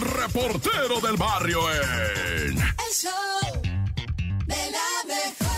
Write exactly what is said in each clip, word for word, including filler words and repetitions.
reportero del barrio en... El show de la mejor.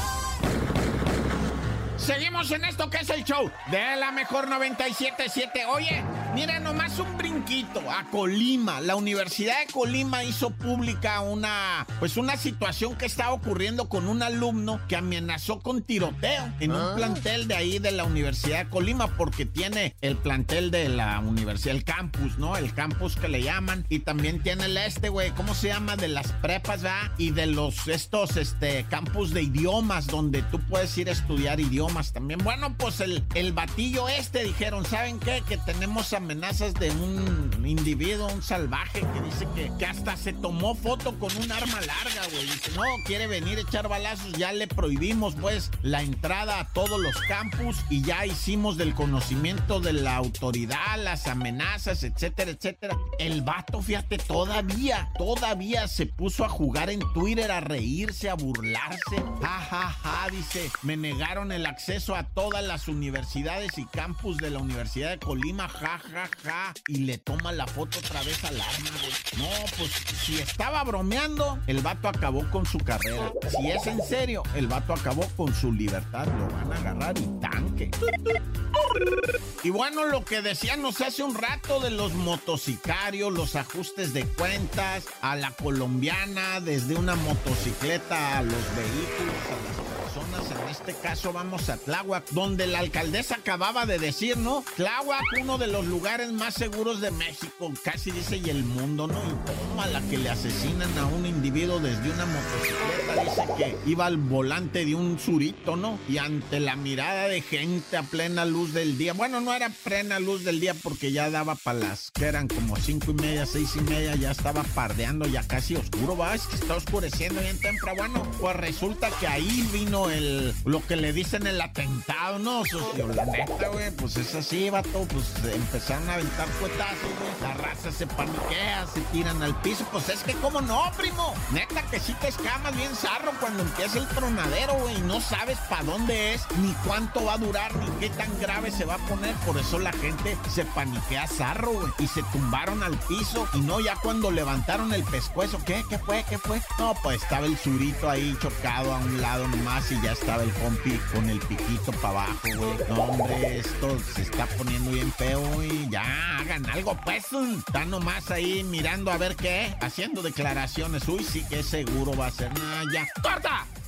Seguimos en esto que es el show de la mejor noventa y siete punto siete. Oye, mira nomás un brinquito a Colima. La Universidad de Colima hizo pública una, pues una situación que estaba ocurriendo con un alumno que amenazó con tiroteo en un plantel de ahí de la Universidad de Colima, porque tiene el plantel de la universidad, el campus, ¿no? El campus que le llaman, y también tiene el este, güey, ¿cómo se llama? De las prepas, ¿verdad? Y de los, estos, este, campus de idiomas, donde tú puedes ir a estudiar idiomas también. Bueno, pues el, el batillo este dijeron, ¿saben qué? Que tenemos amenazas de un individuo, un salvaje, que dice que, que hasta se tomó foto con un arma larga, güey. Dice, no, quiere venir a echar balazos, ya le prohibimos, pues, la entrada a todos los campus y ya hicimos del conocimiento de la autoridad, las amenazas, etcétera, etcétera. El vato, fíjate, todavía, todavía se puso a jugar en Twitter, a reírse, a burlarse. Ja, ja, ja, dice, me negaron el acceso a todas las universidades y campus de la Universidad de Colima, ja, ja, ja, y le toma la foto otra vez al arma, güey. No, pues, si estaba bromeando, el vato acabó con su carrera. Si es en serio, el vato acabó con su libertad. Lo van a agarrar y tanque. Y bueno, lo que decíamos hace un rato de los motocicarios, los ajustes de cuentas, a la colombiana, desde una motocicleta a los vehículos, a las personas, en este caso vamos a Tláhuac, donde la alcaldesa acababa de decir, ¿no? Tláhuac, uno de los lugares más seguros de México, casi dice, y el mundo, ¿no? Y toma la que le asesinan a un individuo desde una motocicleta, dice que iba al volante de un surito, ¿no? Y ante la mirada de gente a plena luz del día, bueno, no era plena luz del día porque ya daba para las, que eran como cinco y media, seis y media, ya estaba pardeando, ya casi oscuro, va, es que está oscureciendo bien temprano. Bueno, pues resulta que ahí vino el, lo que le dicen el atentado, ¿no, socio? La neta, güey, pues es así, vato, pues empezaron a aventar cuetazos, güey, la raza se paniquea, se tiran al piso, pues es que cómo no, primo, neta que sí te escamas bien zarro cuando empieza el tronadero, güey, no sabes para dónde es, ni cuánto va a durar, ni qué tan grave se va a poner, por eso la gente se paniquea zarro, güey, y se tumbaron al piso, y no, ya cuando levantaron el pescuezo, ¿qué? ¿Qué fue? ¿Qué fue? No, pues estaba el surito ahí chocado a un lado nomás, y ya estaba el compi con el piquito para abajo, güey. No, hombre, esto se está poniendo bien feo, y ya, hagan algo, pues. Están nomás ahí mirando a ver qué, haciendo declaraciones. Uy, sí que seguro va a ser. Nah, ya. ¡Corta!